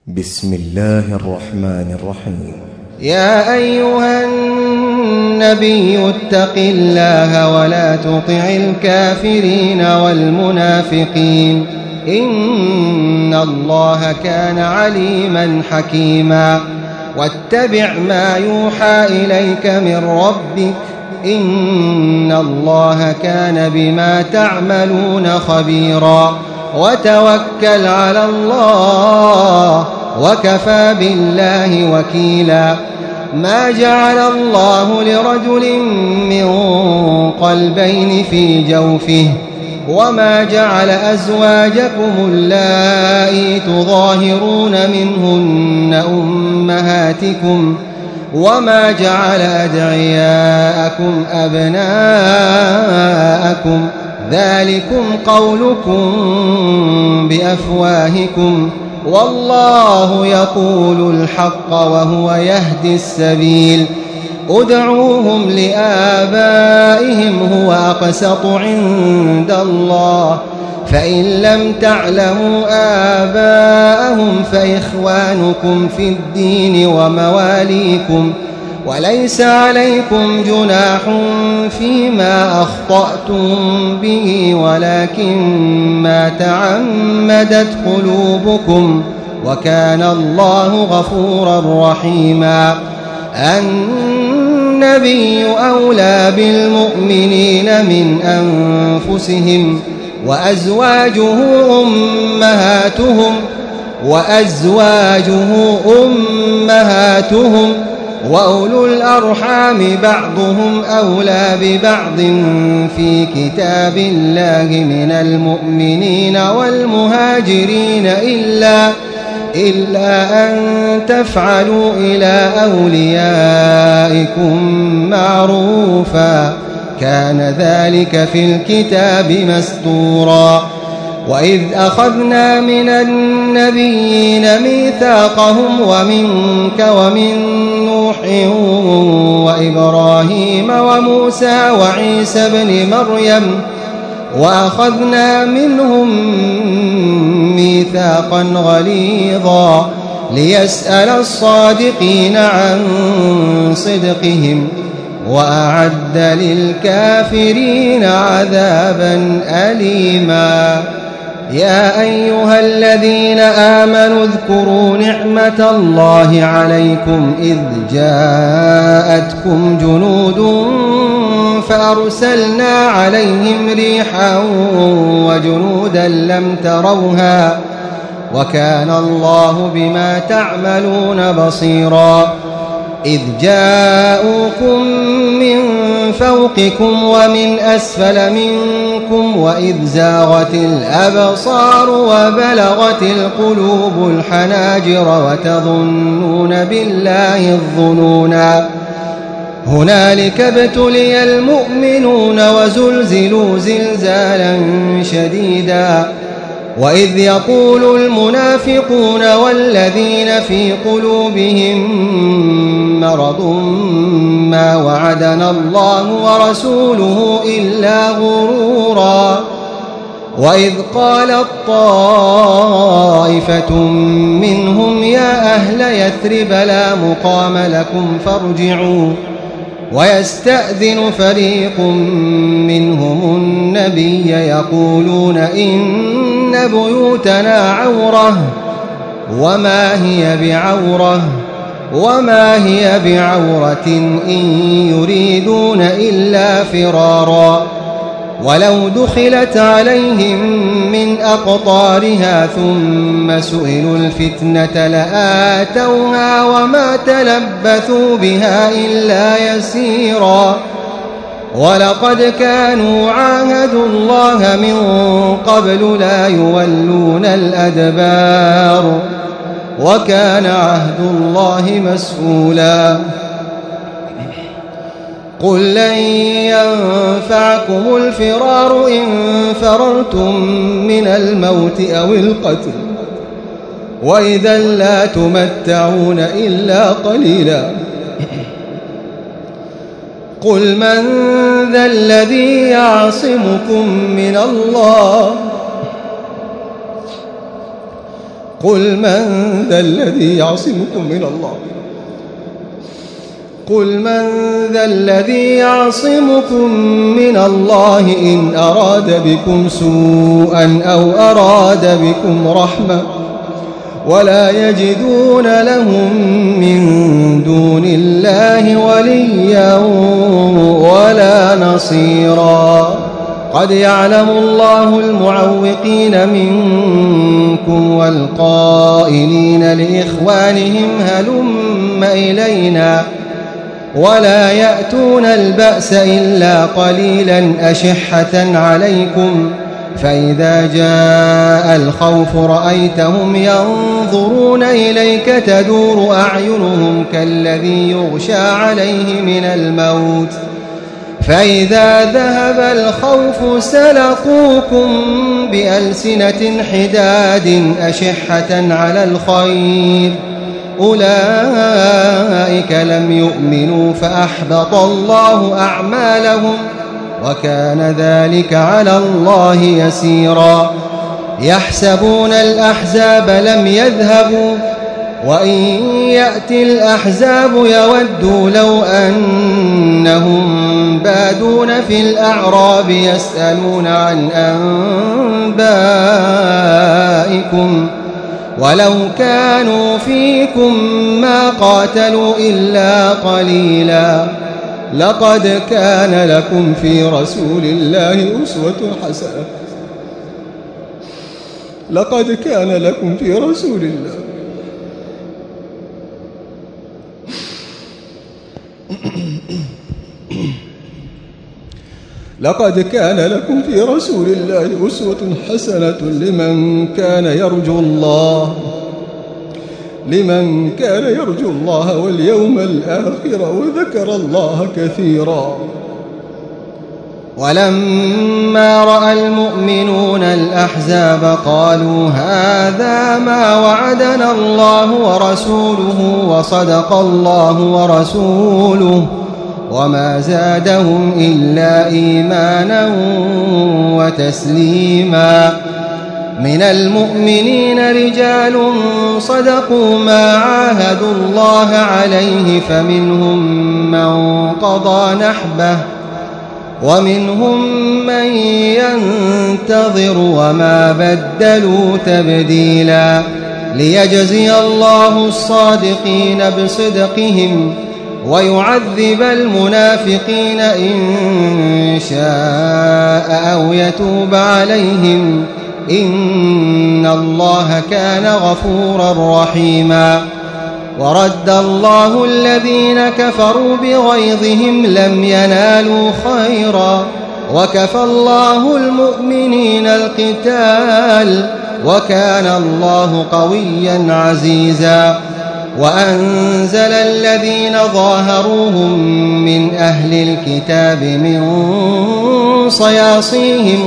بسم الله الرحمن الرحيم. يا أيها النبي اتق الله ولا تطع الكافرين والمنافقين إن الله كان عليما حكيما واتبع ما يوحى إليك من ربك إن الله كان بما تعملون خبيرا وتوكل على الله وكفى بالله وكيلا. ما جعل الله لرجل من قلبين في جوفه وما جعل أزواجكم اللائي تظاهرون منهن أمهاتكم وما جعل أدعياءكم أبناءكم ذلكم قولكم بأفواهكم والله يقول الحق وهو يهدي السبيل. ادعوهم لآبائهم هو أقسط عند الله فإن لم تعلموا آباءهم فإخوانكم في الدين ومواليكم وليس عليكم جناح فيما أخطأتم به ولكن ما تعمدت قلوبكم وكان الله غفورا رحيما. النبي أولى بالمؤمنين من أنفسهم وأزواجه أمهاتهم وأولو الأرحام بعضهم أولى ببعض في كتاب الله من المؤمنين والمهاجرين إلا أن تفعلوا إلى أوليائكم معروفا كان ذلك في الكتاب مسطورا. وإذ أخذنا من النبيين ميثاقهم ومنك ومن نوح وإبراهيم وموسى وعيسى بن مريم وأخذنا منهم ميثاقا غليظا ليسأل الصادقين عن صدقهم وأعد للكافرين عذابا أليما. يا أيها الذين آمنوا اذكروا نعمة الله عليكم إذ جاءتكم جنود فأرسلنا عليهم ريحا وجنودا لم تروها وكان الله بما تعملون بصيرا. إذ جاءوكم من فوقكم ومن أسفل منكم وإذ زاغت الأبصار وبلغت القلوب الحناجر وتظنون بالله الظنونا هنالك ابتلي المؤمنون وزلزلوا زلزالا شديدا. وإذ يقول المنافقون والذين في قلوبهم مرض ما وعدنا الله ورسوله إلا غرورا. وإذ قالت طائفة منهم يا أهل يثرب لا مقام لكم فارجعوا ويستأذن فريق منهم النبي يقولون إن بيوتنا عورة وما هي بعورة إن يريدون إلا فرارا. ولو دخلت عليهم من أقطارها ثم سئلوا الفتنة لآتوها وما تلبثوا بها إلا يسيرا. ولقد كانوا عاهدوا الله من قبل لا يولون الأدبار وكان عهد الله مسؤولا. قل لن ينفعكم الفرار إن فررتم من الموت أو القتل وإذا لا تمتعون إلا قليلا. قل من ذا الذي يعصمكم من الله قل من ذا الذي يعصمكم من الله من الله إن أراد بكم سوءا أو أراد بكم رحمة ولا يجدون لهم من دون الله وليا ولا نصيرا قد يعلم الله المعوقين منكم والقائلين لإخوانهم هلم إلينا ولا يأتون البأس إلا قليلا أشحة عليكم فإذا جاء الخوف رأيتهم ينظرون إليك تدور أعينهم كالذي يغشى عليه من الموت فإذا ذهب الخوف سلقوكم بألسنة حداد أشحة على الخير أولئك لم يؤمنوا فأحبط الله أعمالهم وكان ذلك على الله يسيرا يحسبون الأحزاب لم يذهبوا وإن يأتي الأحزاب يودوا لو أنهم بادون في الأعراب يسألون عن أنبائكم ولو كانوا فيكم ما قاتلوا إلا قليلا لقد كان لكم في رسول الله أسوة حسنة لقد كان لكم في رسول الله لقد كان لكم في رسول الله أسوة حسنة لمن كان يرجو الله واليوم الآخر وذكر الله كثيرا ولما رأى المؤمنون الأحزاب قالوا هذا ما وعدنا الله ورسوله وصدق الله ورسوله وما زادهم إلا إيمانا وتسليما من المؤمنين رجال صدقوا ما عاهدوا الله عليه فمنهم من قضى نحبه ومنهم من ينتظر وما بدلوا تبديلا ليجزي الله الصادقين بصدقهم ويعذب المنافقين إن شاء أو يتوب عليهم إن الله كان غفورا رحيما ورد الله الذين كفروا بغيظهم لم ينالوا خيرا وكفى الله المؤمنين القتال وكان الله قويا عزيزا وأنزل الذين ظاهروهم من أهل الكتاب من صياصيهم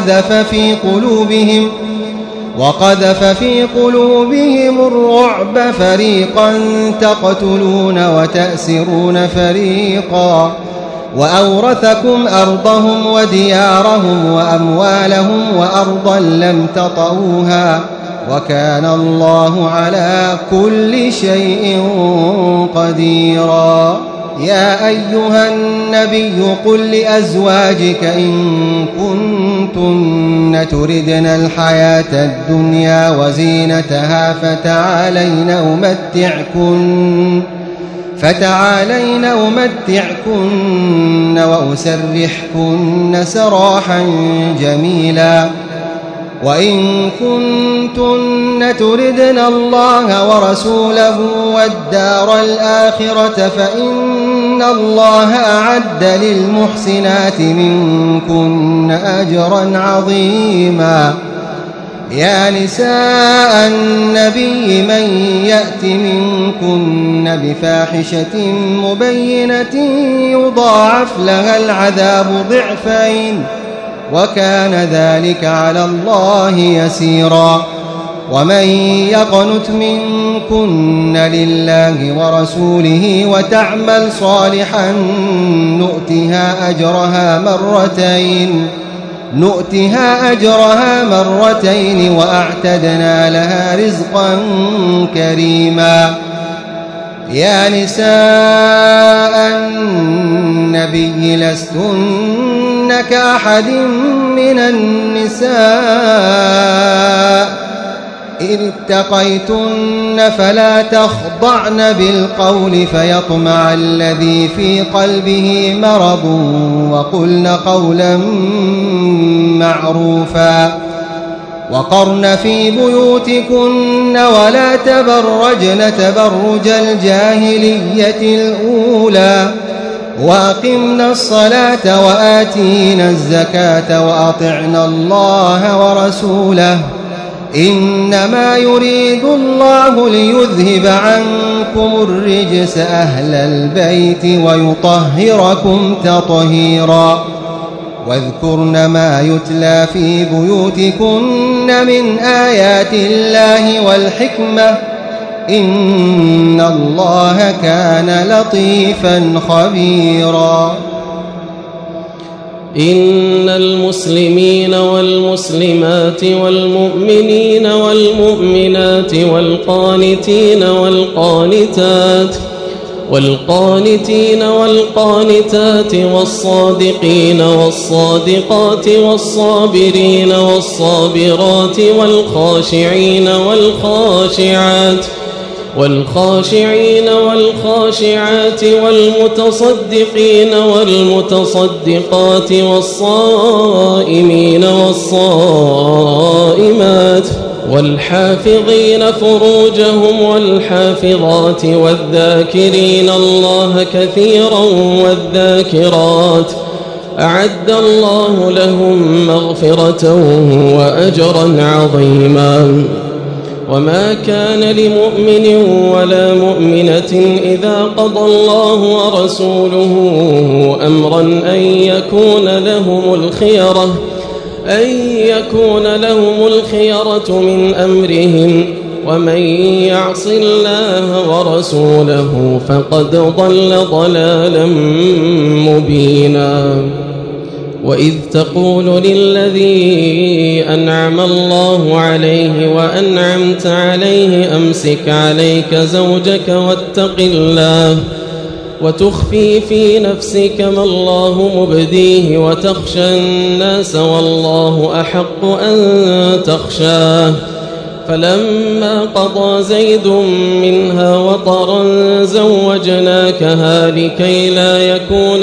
وقذف في قلوبهم الرعب فريقا تقتلون وتأسرون فريقا وأورثكم أرضهم وديارهم وأموالهم وأرضا لم تطئوها وكان الله على كل شيء قديرا يا أيها النبي قل لأزواجك إن كنتن تردن الحياة الدنيا وزينتها فتعالين أمتعكن وأسرحكن سراحا جميلا وإن كنتن تردن الله ورسوله والدار الآخرة فإن الله أعد للمحسنات منكن أجرا عظيما يا نساء النبي من يأت منكن بفاحشة مبينة يضاعف لها العذاب ضعفين وكان ذلك على الله يسيرا ومن يقنت منكن لله ورسوله وتعمل صالحا نؤتها أجرها مرتين نؤتها أجرها مرتين وأعتدنا لها رزقا كريما. يا نساء النبي لستن كأحد من النساء إن اتقيتن فلا تخضعن بالقول فيطمع الذي في قلبه مرض وقلن قولا معروفا. وقرن في بيوتكن ولا تبرجن تبرج الجاهلية الأولى وأقمنا الصلاة وآتينا الزكاة وأطعنا الله ورسوله إنما يريد الله ليذهب عنكم الرجس أهل البيت ويطهركم تطهيرا. واذكرن ما يتلى في بيوتكن من آيات الله والحكمة إن الله كان لطيفا خبيرا. إن المسلمين والمسلمات والمؤمنين والمؤمنات والقانتين والقانتات والصادقين والصادقات والصابرين والصابرات والخاشعين والخاشعات والمتصدقين والمتصدقات والصائمين والصائمات والحافظين فروجهم والحافظات والذاكرين الله كثيرا والذاكرات أعد الله لهم مغفرة وأجرا عظيما. وما كان لمؤمن ولا مؤمنة إذا قضى الله ورسوله أمرا أن يكون لهم الخيرة من أمرهم ومن يعص الله ورسوله فقد ضل ضلالا مبينا. وإذ تقول للذي أنعم الله عليه وأنعمت عليه أمسك عليك زوجك واتق الله وتخفي في نفسك ما الله مبديه وتخشى الناس والله أحق أن تخشاه. فلما قضى زيد منها وطرا زوجناكها لكي لا يكون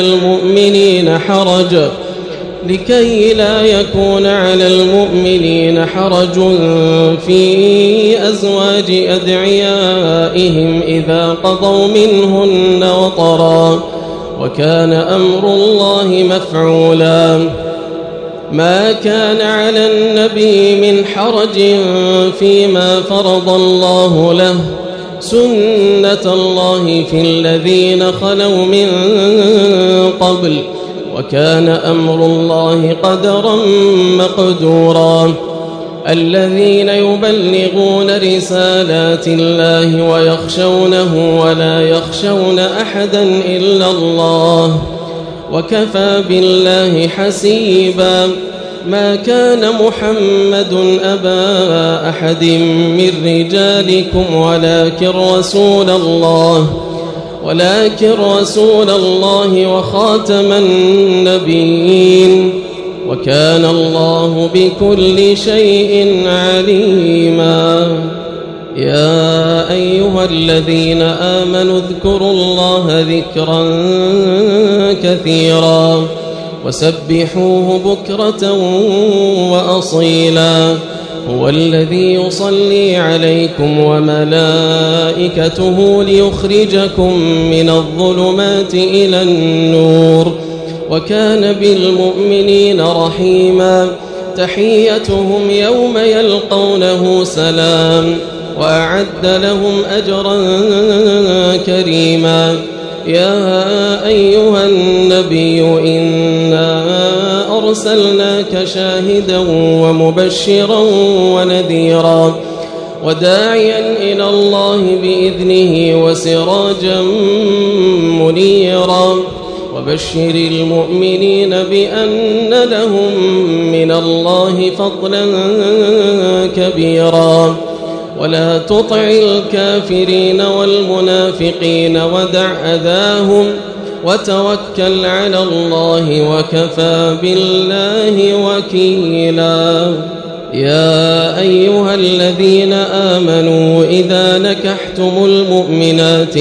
على المؤمنين حرج في أزواج أدعيائهم إذا قضوا منهن وطرا وكان أمر الله مفعولا. ما كان على النبي من حرج فيما فرض الله له سنة الله في الذين خلوا من قبل وكان أمر الله قدرا مقدورا. الذين يبلغون رسالات الله ويخشونه ولا يخشون أحدا إلا الله وكفى بالله حسيبا. ما كان محمد أبا أحد من رجالكم ولكن رسول الله وخاتم النبيين وكان الله بكل شيء عليما. يا أيها الذين آمنوا اذكروا الله ذكرا كثيرا وسبحوه بكرة وأصيلا. هو الذي يصلي عليكم وملائكته ليخرجكم من الظلمات إلى النور وكان بالمؤمنين رحيما. تحيتهم يوم يلقونه سلام وأعد لهم أجرا كريما. يا أيها النبي إنا أرسلناك شاهدا ومبشرا ونذيرا وداعيا إلى الله بإذنه وسراجا منيرا وبشر المؤمنين بأن لهم من الله فضلا كبيرا ولا تطع الكافرين والمنافقين ودع أذاهم وتوكل على الله وكفى بالله وكيلا. يا أيها الذين آمنوا إذا نكحتم المؤمنات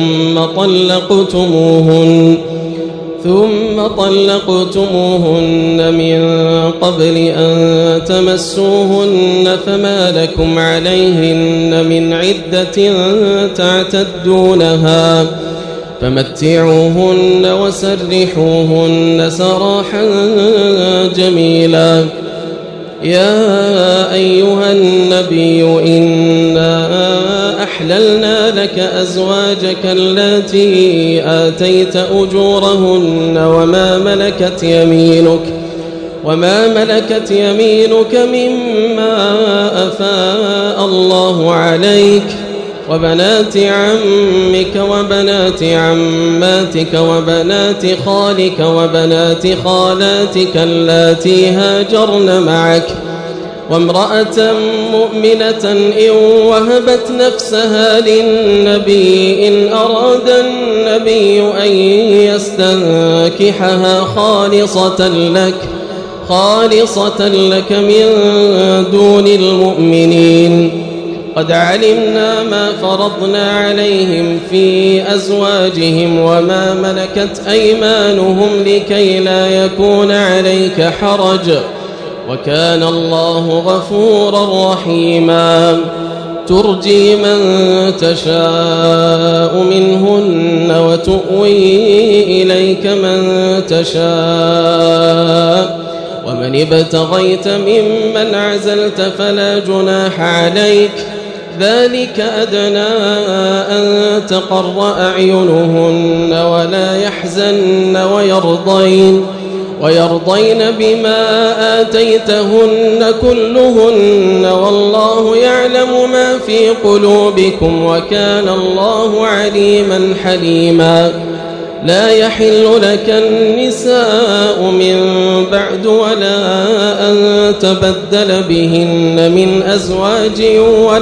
ثم طلقتموهن من قبل أن تمسوهن فما لكم عليهن من عدة تعتدونها فمتعوهن وسرحوهن سراحا جميلا. يا أيها النبي إنا أحللنا لك أزواجك التي آتيت أجورهن وما ملكت يمينك مما أفاء الله عليك وبنات عمك وبنات عماتك وبنات خالك وبنات خالاتك اللاتي هاجرن معك وامرأة مؤمنة إن وهبت نفسها للنبي إن أراد النبي أن يستنكحها خالصة لك من دون المؤمنين. قد علمنا ما فرضنا عليهم في أزواجهم وما ملكت أيمانهم لكي لا يكون عليك حرج وكان الله غفورا رحيما. ترجي من تشاء منهن وتؤوي إليك من تشاء ومن ابتغيت ممن عزلت فلا جناح عليك ذلك أدنى أن تقر أعينهن ولا يحزن ويرضين بما آتيتهن كلهن والله يعلم ما في قلوبكم وكان الله عليما حليما. لا يحل لك النساء من بعد ولا أن تبدل بهن من أزواج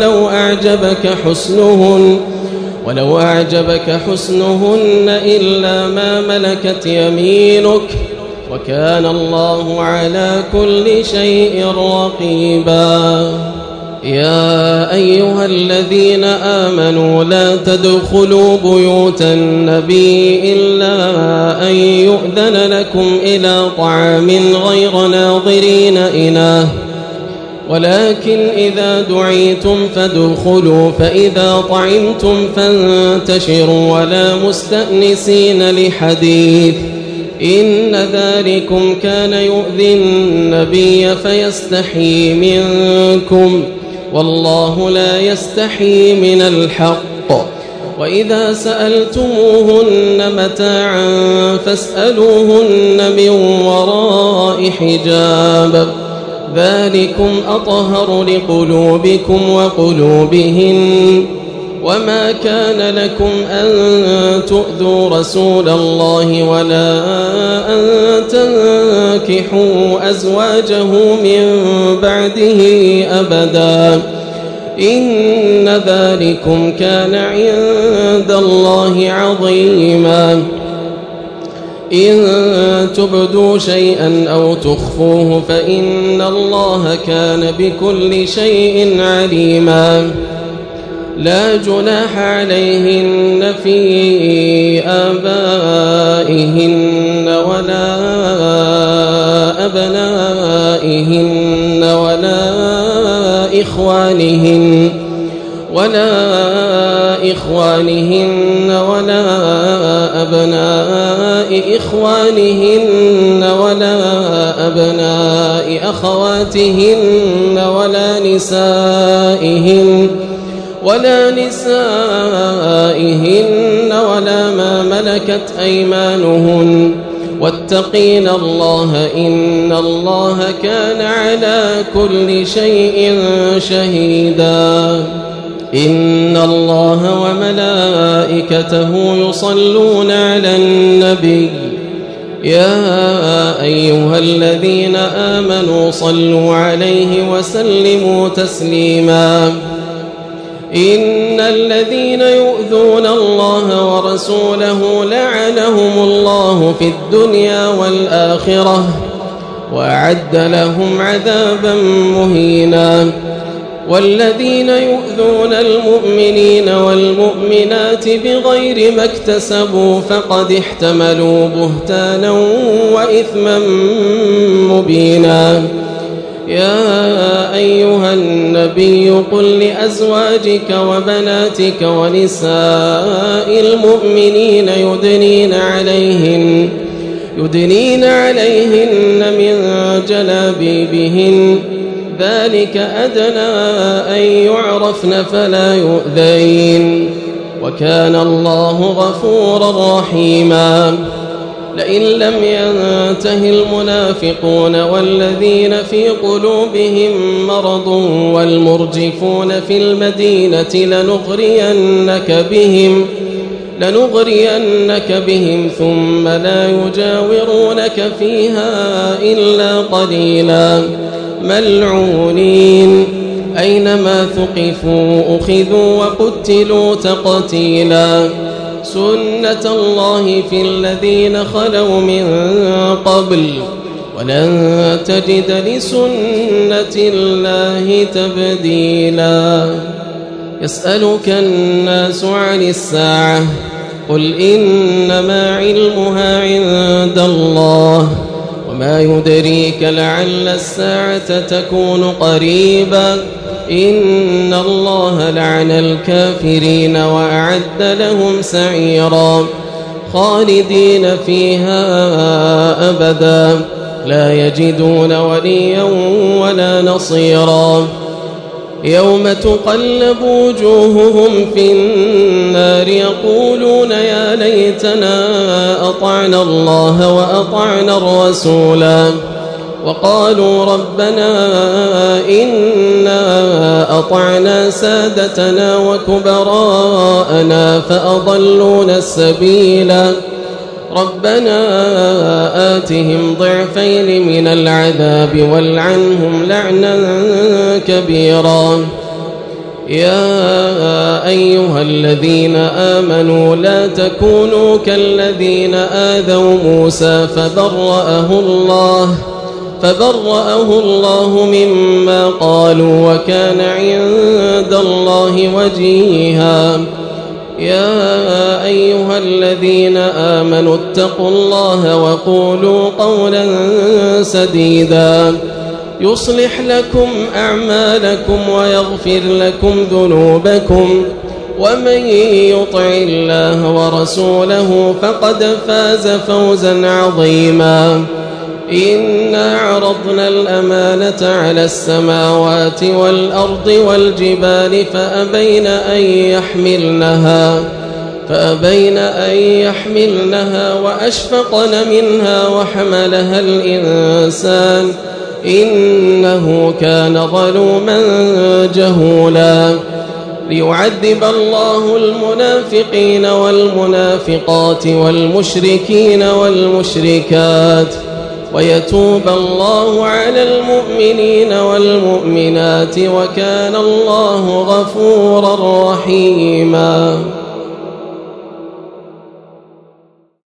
ولو أعجبك حسنهن إلا ما ملكت يمينك وكان الله على كل شيء رقيبا. يا أيها الذين آمنوا لا تدخلوا بيوت النبي إلا أن يؤذن لكم إلى طعام غير ناظرين إناه ولكن إذا دعيتم فادخلوا فإذا طعمتم فانتشروا ولا مستأنسين لحديث إن ذلكم كان يؤذي النبي فيستحيي منكم والله لا يستحيي من الحق. وإذا سألتموهن متاعا فاسألوهن من وراء حجاب ذلكم أطهر لقلوبكم وقلوبهن. وما كان لكم أن تؤذوا رسول الله ولا أن تنكحوا أزواجه من بعده أبدا إن ذلكم كان عند الله عظيما. إن تبدوا شيئا أو تخفوه فإن الله كان بكل شيء عليما. لا جناح عليهن في آبائهن ولا أبنائهن ولا إخوانهن ولا أبناء إخوانهن ولا أبناء أخواتهن ولا نسائهن ولا ما ملكت أيمانهن واتقين الله إن الله كان على كل شيء شهيدا. إن الله وملائكته يصلون على النبي يا أيها الذين آمنوا صلوا عليه وسلموا تسليما إن الذين يؤذون الله ورسوله لعنهم الله في الدنيا والآخرة وأعد لهم عذابا مهينا والذين يؤذون المؤمنين والمؤمنات بغير ما اكتسبوا فقد احتملوا بهتانا وإثما مبينا يا أيها النبي قل لأزواجك وبناتك ونساء المؤمنين يدنين عليهن من جلابيبهن ذلك أدنى أن يعرفن فلا يؤذين وكان الله غفورا رحيما لئن لم ينته المنافقون والذين في قلوبهم مرض والمرجفون في المدينة لنغرينك بهم ثم لا يجاورونك فيها إلا قليلا ملعونين أينما ثقفوا أخذوا وقتلوا تقتيلا سنة الله في الذين خلوا من قبل ولن تجد لسنة الله تبديلا يسألك الناس عن الساعة قل إنما علمها عند الله وما يدريك لعل الساعة تكون قريبا إن الله لعن الكافرين وأعد لهم سعيرا خالدين فيها أبدا لا يجدون وليا ولا نصيرا يوم تقلب وجوههم في النار يقولون يا ليتنا أطعنا الله وأطعنا الرسولا وقالوا ربنا إنا أطعنا سادتنا وكبراءنا فأضلونا السبيلا ربنا آتهم ضعفين من العذاب والعنهم لعنا كبيرا يا أيها الذين آمنوا لا تكونوا كالذين آذوا موسى فبرأه الله مما قالوا وكان عند الله وجيها يا أيها الذين آمنوا اتقوا الله وقولوا قولا سديدا يصلح لكم أعمالكم ويغفر لكم ذنوبكم ومن يطع الله ورسوله فقد فاز فوزا عظيما إنا عرضنا الأمانة على السماوات والأرض والجبال فأبين أن يحملنها وأشفقن منها وحملها الإنسان إنه كان ظلوما جهولا ليعذب الله المنافقين والمنافقات والمشركين والمشركات ويتوب الله على المؤمنين والمؤمنات وكان الله غفورا رحيما